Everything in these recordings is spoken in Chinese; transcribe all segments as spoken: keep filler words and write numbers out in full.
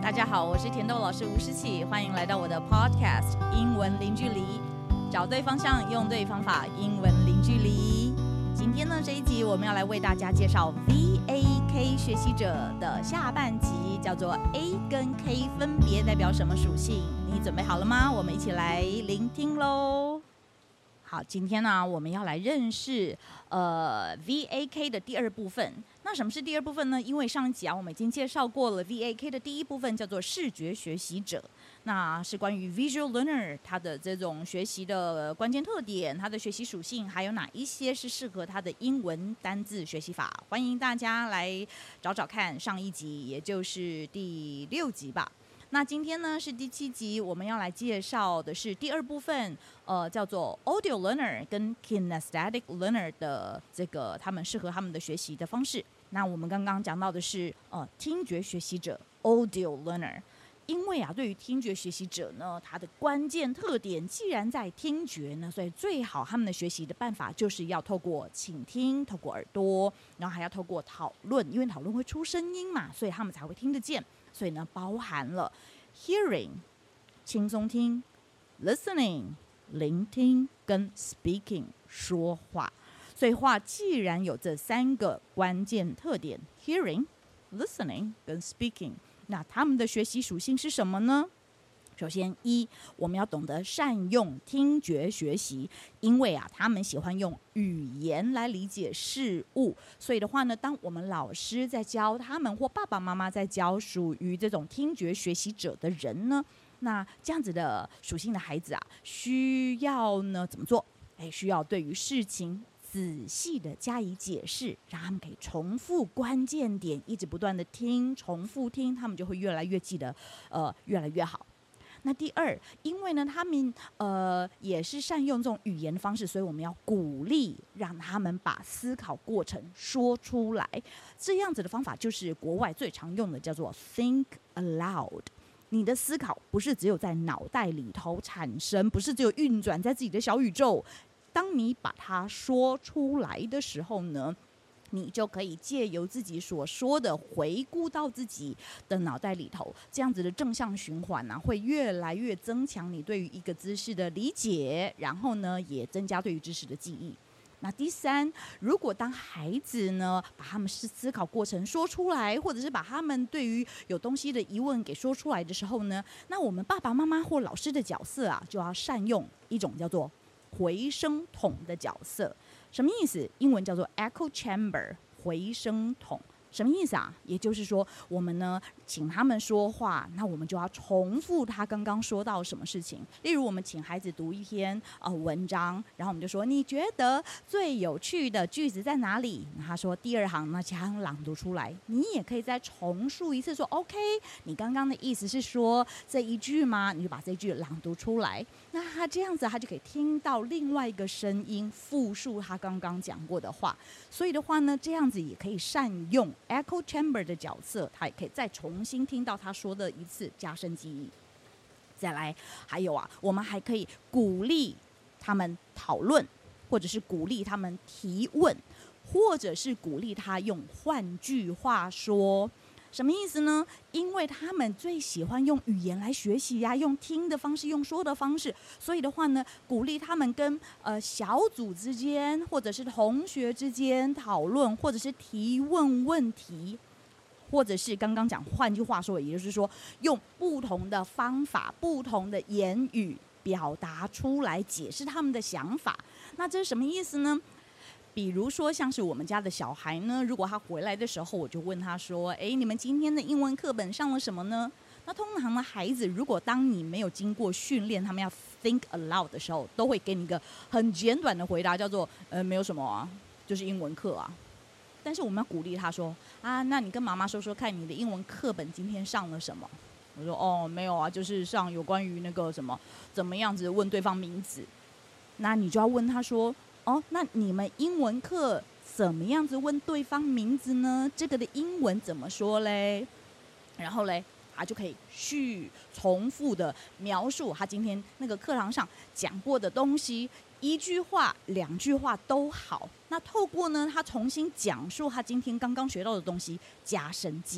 大家好，我是甜豆老师吴诗琪，欢迎来到我的 podcast 英文零距离，找对方向，用对方法，英文零距离。今天呢，这一集我们要来为大家介绍 V A K 学习者的下半集，叫做 A 跟 K 分别代表什么属性？你准备好了吗？我们一起来聆听喽。好，今天呢，我们要来认识呃 V A K 的第二部分。那什么是第二部分呢？因为上一集啊，我们已经介绍过了 V A K 的第一部分叫做视觉学习者，那是关于 Visual Learner 他的这种学习的关键特点，他的学习属性，还有哪一些是适合他的英文单字学习法。欢迎大家来找找看上一集，也就是第六集吧。那今天呢是第七集，我们要来介绍的是第二部分，呃，叫做 Audio Learner 跟 Kinesthetic Learner 的这个他们适合他们的学习的方式。那我们刚刚讲到的是呃听觉学习者 Audio Learner， 因为啊对于听觉学习者呢，它的关键特点既然在听觉呢，所以最好他们的学习的办法就是要透过倾听，透过耳朵，然后还要透过讨论，因为讨论会出声音嘛，所以他们才会听得见。所以呢，包含了 hearing 轻松听、listening 聆听跟 speaking 说话。所以话既然有这三个关键特点 hearing、listening 跟 speaking， 那他们的学习属性是什么呢？首先一，我们要懂得善用听觉学习，因为啊，他们喜欢用语言来理解事物，所以的话呢，当我们老师在教他们，或爸爸妈妈在教属于这种听觉学习者的人呢，那这样子的属性的孩子啊，需要呢怎么做？哎，需要对于事情仔细的加以解释，让他们可以重复关键点，一直不断的听，重复听，他们就会越来越记得，呃，越来越好。那第二，因为呢，他们呃也是善用这种语言的方式，所以我们要鼓励让他们把思考过程说出来。这样子的方法就是国外最常用的，叫做 think aloud。你的思考不是只有在脑袋里头产生，不是只有运转在自己的小宇宙。当你把它说出来的时候呢，你就可以借由自己所说的回顾到自己的脑袋里头，这样子的正向循环啊，会越来越增强你对于一个知识的理解，然后呢，也增加对于知识的记忆。那第三，如果当孩子呢把他们是思考过程说出来，或者是把他们对于有东西的疑问给说出来的时候呢，那我们爸爸妈妈或老师的角色啊，就要善用一种叫做回声筒的角色。什么意思？英文叫做 echo chamber， 回声筒。什么意思啊？也就是说，我们呢请他们说话，那我们就要重复他刚刚说到什么事情。例如，我们请孩子读一篇呃文章，然后我们就说：“你觉得最有趣的句子在哪里？”他说：“第二行。”那请他朗读出来。你也可以再重述一次，说 ：“OK， 你刚刚的意思是说这一句吗？”你就把这一句朗读出来。那他这样子，他就可以听到另外一个声音复述他刚刚讲过的话。所以的话呢，这样子也可以善用echo chamber 的角色，他也可以再重新听到他说的一次，加深记忆。再来，还有啊，我们还可以鼓励他们讨论，或者是鼓励他们提问，或者是鼓励他用换句话说。什么意思呢？因为他们最喜欢用语言来学习呀、啊，用听的方式，用说的方式，所以的话呢，鼓励他们跟呃小组之间，或者是同学之间讨论，或者是提问问题，或者是刚刚讲换句话说，也就是说，用不同的方法、不同的言语表达出来，解释他们的想法。那这是什么意思呢？比如说，像是我们家的小孩呢，如果他回来的时候，我就问他说：“哎，你们今天的英文课本上了什么呢？”那通常的孩子，如果当你没有经过训练，他们要 think aloud 的时候，都会给你一个很简短的回答，叫做“呃，没有什么啊，就是英文课啊。”但是我们要鼓励他说：“啊，那你跟妈妈说说看，你的英文课本今天上了什么？”我说：“哦，没有啊，就是上有关于那个什么怎么样子问对方名字。”那你就要问他说：“哦，那你们英文课怎么样子问对方名字呢？这个的英文怎么说嘞？”然后嘞，他就可以续重复的描述他今天那个课堂上讲过的东西，一句话、两句话都好。那透过呢，他重新讲述他今天刚刚学到的东西，加深记忆。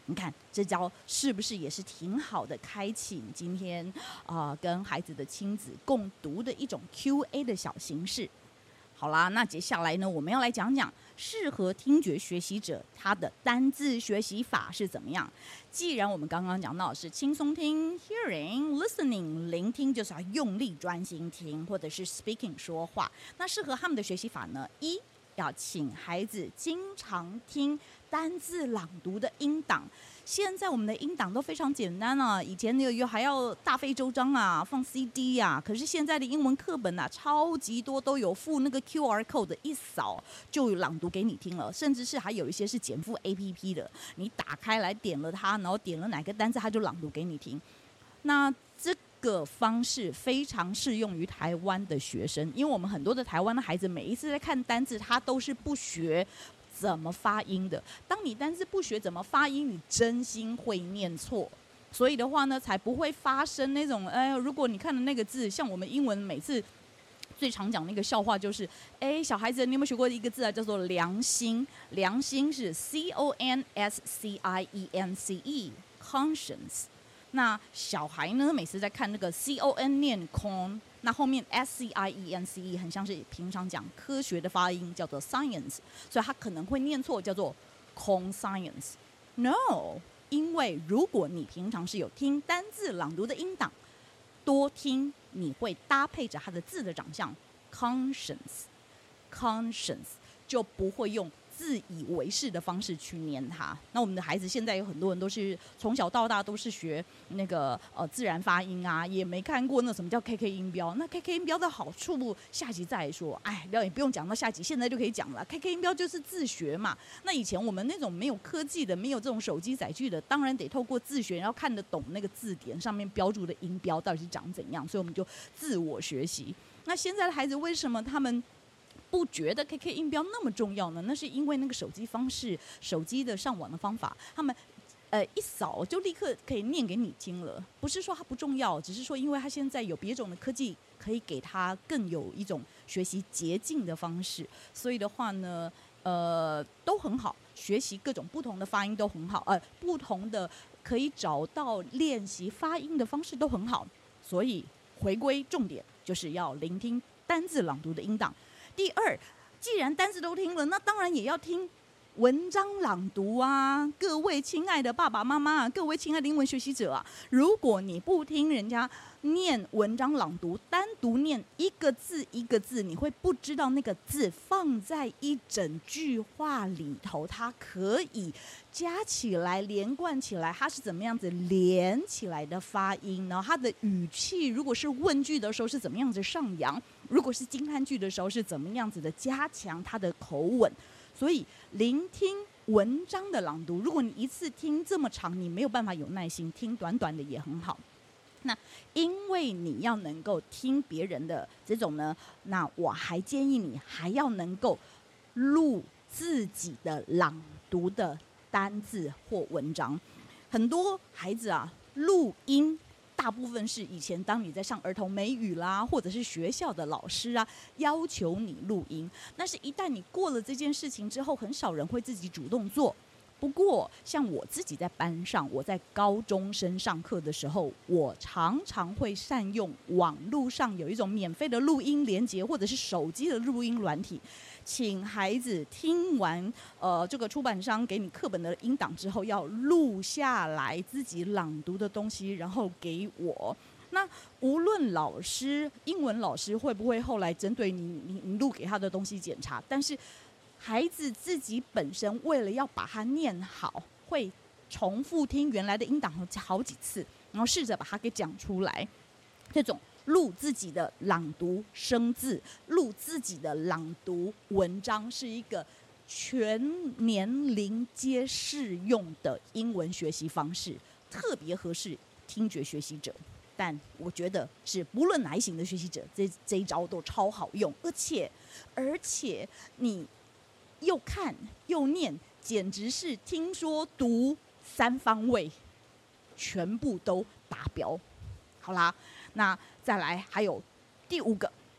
你看这招是不是也是挺好的，开启你今天啊、呃、跟孩子的亲子共读的一种 Q A 的小形式。好啦，那接下来呢，我们要来讲讲适合听觉学习者他的单字学习法是怎么样。既然我们刚刚讲到的是轻松听 hearing listening 聆听，就是要用力专心听，或者是 speaking 说话，那适合他们的学习法呢，一要请孩子经常听单字朗读的音档。现在我们的音档都非常简单啊，以前有还要大费周章啊，放 C D 啊，可是现在的英文课本啊，超级多都有附那个 Q R code， 一扫就有朗读给你听了，甚至是还有一些是减负 A P P 的，你打开来点了它，然后点了哪个单字，它就朗读给你听。那这个方式非常适用于台湾的学生，因为我们很多的台湾的孩子每一次在看单字，他都是不学怎么发音的。当你单字不学怎么发音，你真心会念错。所以的话呢，才不会发生那种，哎，如果你看的那个字，像我们英文每次最常讲那个笑话就是，哎，小孩子，你有没有学过一个字啊，叫做良心？良心是 C O N S C I E N C E，conscience。那小孩呢，每次在看那个 C O N 念 con， 那后面 S C I E N C E 很像是平常讲科学的发音，叫做 science， 所以他可能会念错，叫做 conscience。No， 因为如果你平常是有听单字朗读的音档，多听你会搭配着他的字的长相 conscience， conscience 就不会用自以为是的方式去念它。那我们的孩子现在有很多人都是从小到大都是学那个呃自然发音啊，也没看过那什么叫 K K 音标。那 K K 音标的好处，下集再来说。哎，不要也不用讲到下集，现在就可以讲了。K K 音标就是自学嘛。那以前我们那种没有科技的、没有这种手机载具的，当然得透过自学，然后看得懂那个字典上面标注的音标到底是长怎样，所以我们就自我学习。那现在的孩子为什么他们不觉得 K K 音标那么重要呢？那是因为那个手机方式、手机的上网的方法，他们呃一扫就立刻可以念给你听了。不是说它不重要，只是说因为它现在有别种的科技，可以给他更有一种学习捷径的方式。所以的话呢，呃，都很好，学习各种不同的发音都很好，呃，不同的可以找到练习发音的方式都很好。所以回归重点，就是要聆听单字朗读的音档。第二，既然单字都听了，那当然也要听文章朗读啊！各位亲爱的爸爸妈妈，各位亲爱的英文学习者啊，如果你不听人家念文章朗读，单独念一个字一个字，你会不知道那个字放在一整句话里头，它可以加起来、连贯起来，它是怎么样子连起来的发音，然后它的语气，如果是问句的时候是怎么样子上扬，如果是惊叹句的时候是怎么样子的加强它的口吻。所以聆听文章的朗读，如果你一次听这么长，你没有办法有耐心，听短短的也很好。那因为你要能够听别人的这种呢，那我还建议你还要能够录自己的朗读的单字或文章。很多孩子啊，录音大部分是以前当你在上儿童美语啦，或者是学校的老师啊要求你录音，但是一旦你过了这件事情之后，很少人会自己主动做。不过像我自己在班上，我在高中生上课的时候，我常常会善用网络上有一种免费的录音连结，或者是手机的录音软体，请孩子听完呃这个出版商给你课本的音档之后，要录下来自己朗读的东西，然后给我。那无论老师英文老师会不会后来针对你你你录给他的东西检查，但是孩子自己本身为了要把它念好，会重复听原来的音档好几次，然后试着把它给讲出来。这种录自己的朗读生字，录自己的朗读文章，是一个全年龄皆适用的英文学习方式，特别合适听觉学习者。但我觉得是不论哪一型的学习者，这这一招都超好用，而且而且你又看又念，简直是听说读三方位，全部都达标。好啦，那再来还有第五个，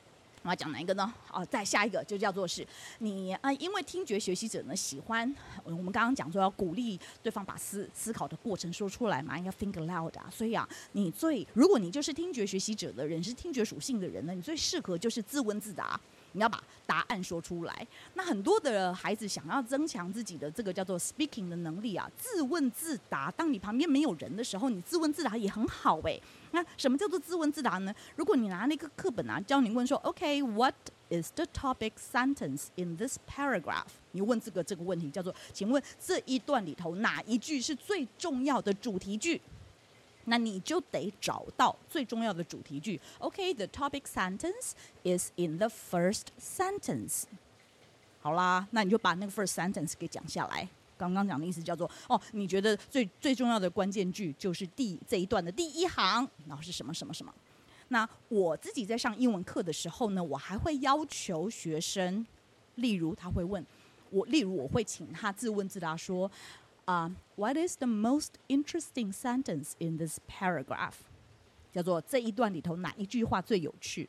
我要讲哪一个呢？哦，再下一个就叫做是你啊、呃，因为听觉学习者呢喜欢，我们刚刚讲说要鼓励对方把思思考的过程说出来嘛，要 think aloud 啊。所以啊，你最如果你就是听觉学习者的人，是听觉属性的人呢，你最适合就是自问自答。你要把答案说出来。那很多的孩子想要增强自己的这个叫做 speaking 的能力啊，自问自答。当你旁边没有人的时候，你自问自答也很好哎。那什么叫做自问自答呢？如果你拿那个课本啊，教你问说 ，OK，what is the topic sentence in this paragraph？ 你问这个这个问题叫做，请问这一段里头哪一句是最重要的主题句？那你就得找到最重要的主题句。OK，the topic sentence is in the first sentence。好啦，那你就把那个 first sentence 给讲下来。刚刚讲的意思叫做，哦，你觉得最最重要的关键句就是第这一段的第一行，然后是什么什么什么。那我自己在上英文课的时候呢，我还会要求学生，例如他会问我，例如我会请他自问自答说。Uh, what is the most interesting sentence in this paragraph？ 叫做这一段里头哪一句话最有趣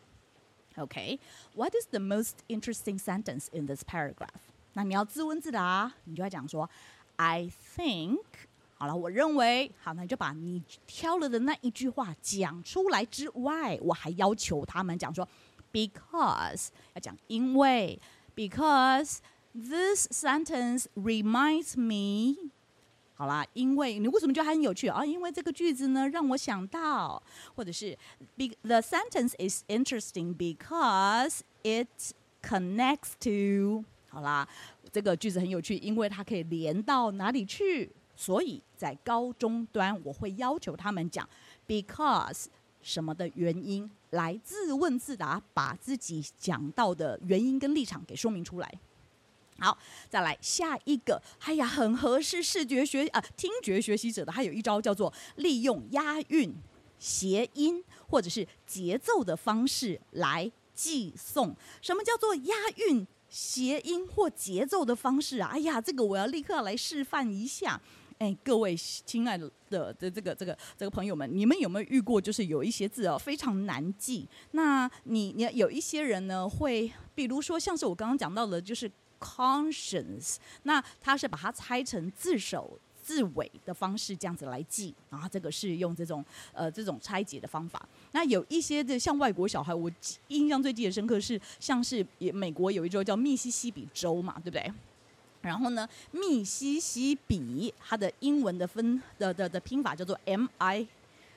？OK， what is the most interesting sentence in this paragraph？ 那你要自问自答，你就要讲说 I think。好了，我认为，好，那你就把你挑了的那一句话讲出来之外，我还要求他们讲说 because， 要讲因为 because this sentence reminds me。好啦，因为你为什么觉得它很有趣啊？因为这个句子呢，让我想到，或者是 the sentence is interesting because it connects to。好啦，这个句子很有趣，因为它可以连到哪里去？所以在高中端，我会要求他们讲 because 什么的原因，来自问自答，把自己讲到的原因跟立场给说明出来。好，再来下一个，哎呀，很合适视觉学啊、呃、听觉学习者的，还有一招叫做利用押韵、谐音或者是节奏的方式来寄送。什么叫做押韵、谐音或节奏的方式啊？哎呀，这个我要立刻来示范一下。哎，各位亲爱的的这个这个这个朋友们，你们有没有遇过，就是有一些字哦非常难记？那你你有一些人呢，会比如说像是我刚刚讲到的，就是。conscience， 那它是把它拆成字首字尾的方式这样子来记，然后这个是用这种呃这种拆解的方法。那有一些的像外国小孩，我印象最记得深刻是像是美国有一州叫密西西比州嘛，对不对？然后呢，密西西比它的英文的分的的的拼法叫做 M I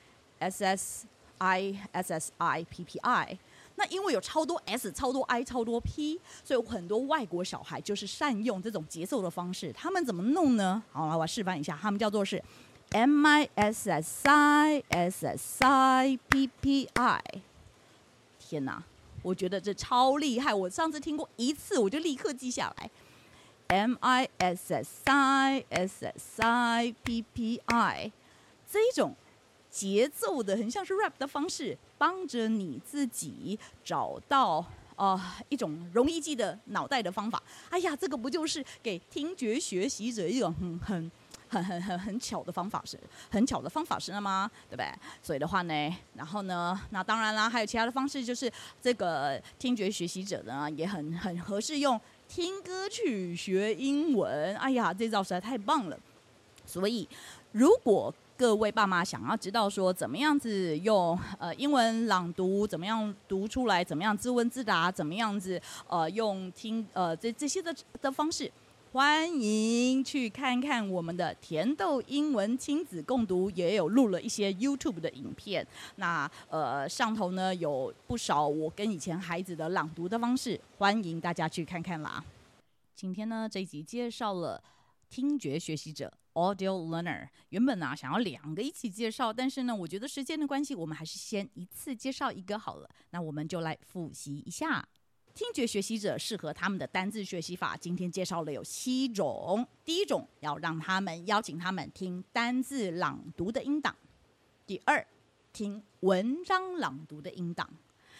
S S I S S I P P I。那因为有超多 S、超多 I、超多 P， 所以很多外国小孩就是善用这种节奏的方式。他们怎么弄呢？好，我要示范一下，他们叫做是 M I S S I S S I P P I。天哪，我觉得这超厉害！我上次听过一次，我就立刻记下来。M I S S I S S I P P I 这一种节奏的很像是 rap 的方式，帮着你自己找到呃一种容易记的脑袋的方法。哎呀，这个不就是给听觉学习者一种很很很很很很巧的方法是，很巧的方法是吗？对不对？所以的话呢，然后呢，那当然啦，还有其他的方式，就是这个听觉学习者呢也很很合适用听歌曲学英文。哎呀，这招实在太棒了。所以如果各位爸妈想要知道说怎么样子用呃英文朗读，怎么样读出来，怎么样自问自答，怎么样子呃用听呃这这些的的方式，欢迎去看看我们的甜豆英文亲子共读，也有录了一些 YouTube 的影片。那呃上头呢有不少我跟以前孩子的朗读的方式，欢迎大家去看看啦。今天呢这一集介绍了听觉学习者 Audio Learner， 原本呢、啊、想要两个一起介绍，但是呢我觉得时间的关系，我们还是先一次介绍一个好了。那我们就来复习一下听觉学习者适合他们的单字学习法。今天介绍了有七种。第一种，要让他们邀请他们听单字朗读的音档。第二，听文章朗读的音档。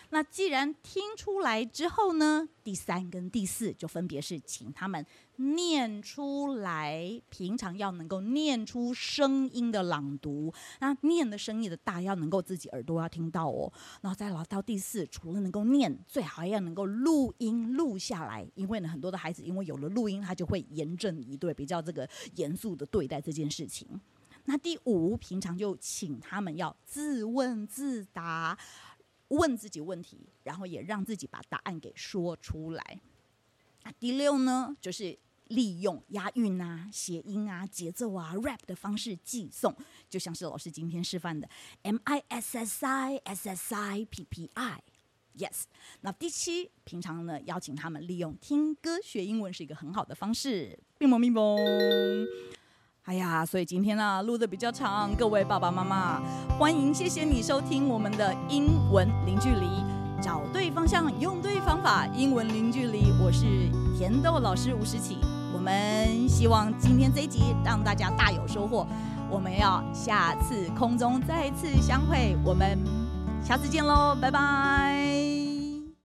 那既然听出来之后呢，第三跟第四就分别是请他们念出来，平常要能够念出声音的朗读，那念的声音的大要能够自己耳朵要听到哦。然后再来到第四，除了能够念，最好还要能够录音录下来，因为呢很多的孩子因为有了录音，他就会严正以对，比较这个严肃的对待这件事情。那第五，平常就请他们要自问自答，问自己问题，然后也让自己把答案给说出来。那第六呢，就是利用押韵啊、谐音啊、节奏啊、rap 的方式记诵，就像是老师今天示范的 M I S S I S S I P P I。Yes， 那第七，平常呢邀请他们利用听歌学英文是一个很好的方式。冰嘣冰嘣。哎呀，所以今天呢录的比较长，各位爸爸妈妈，欢迎，谢谢你收听我们的英文零距离，找对方向，用对方法，英文零距离。我是甜豆老师吴诗琪，我们希望今天这一集让大家大有收获。我们要下次空中再次相会，我们下次见喽，拜拜。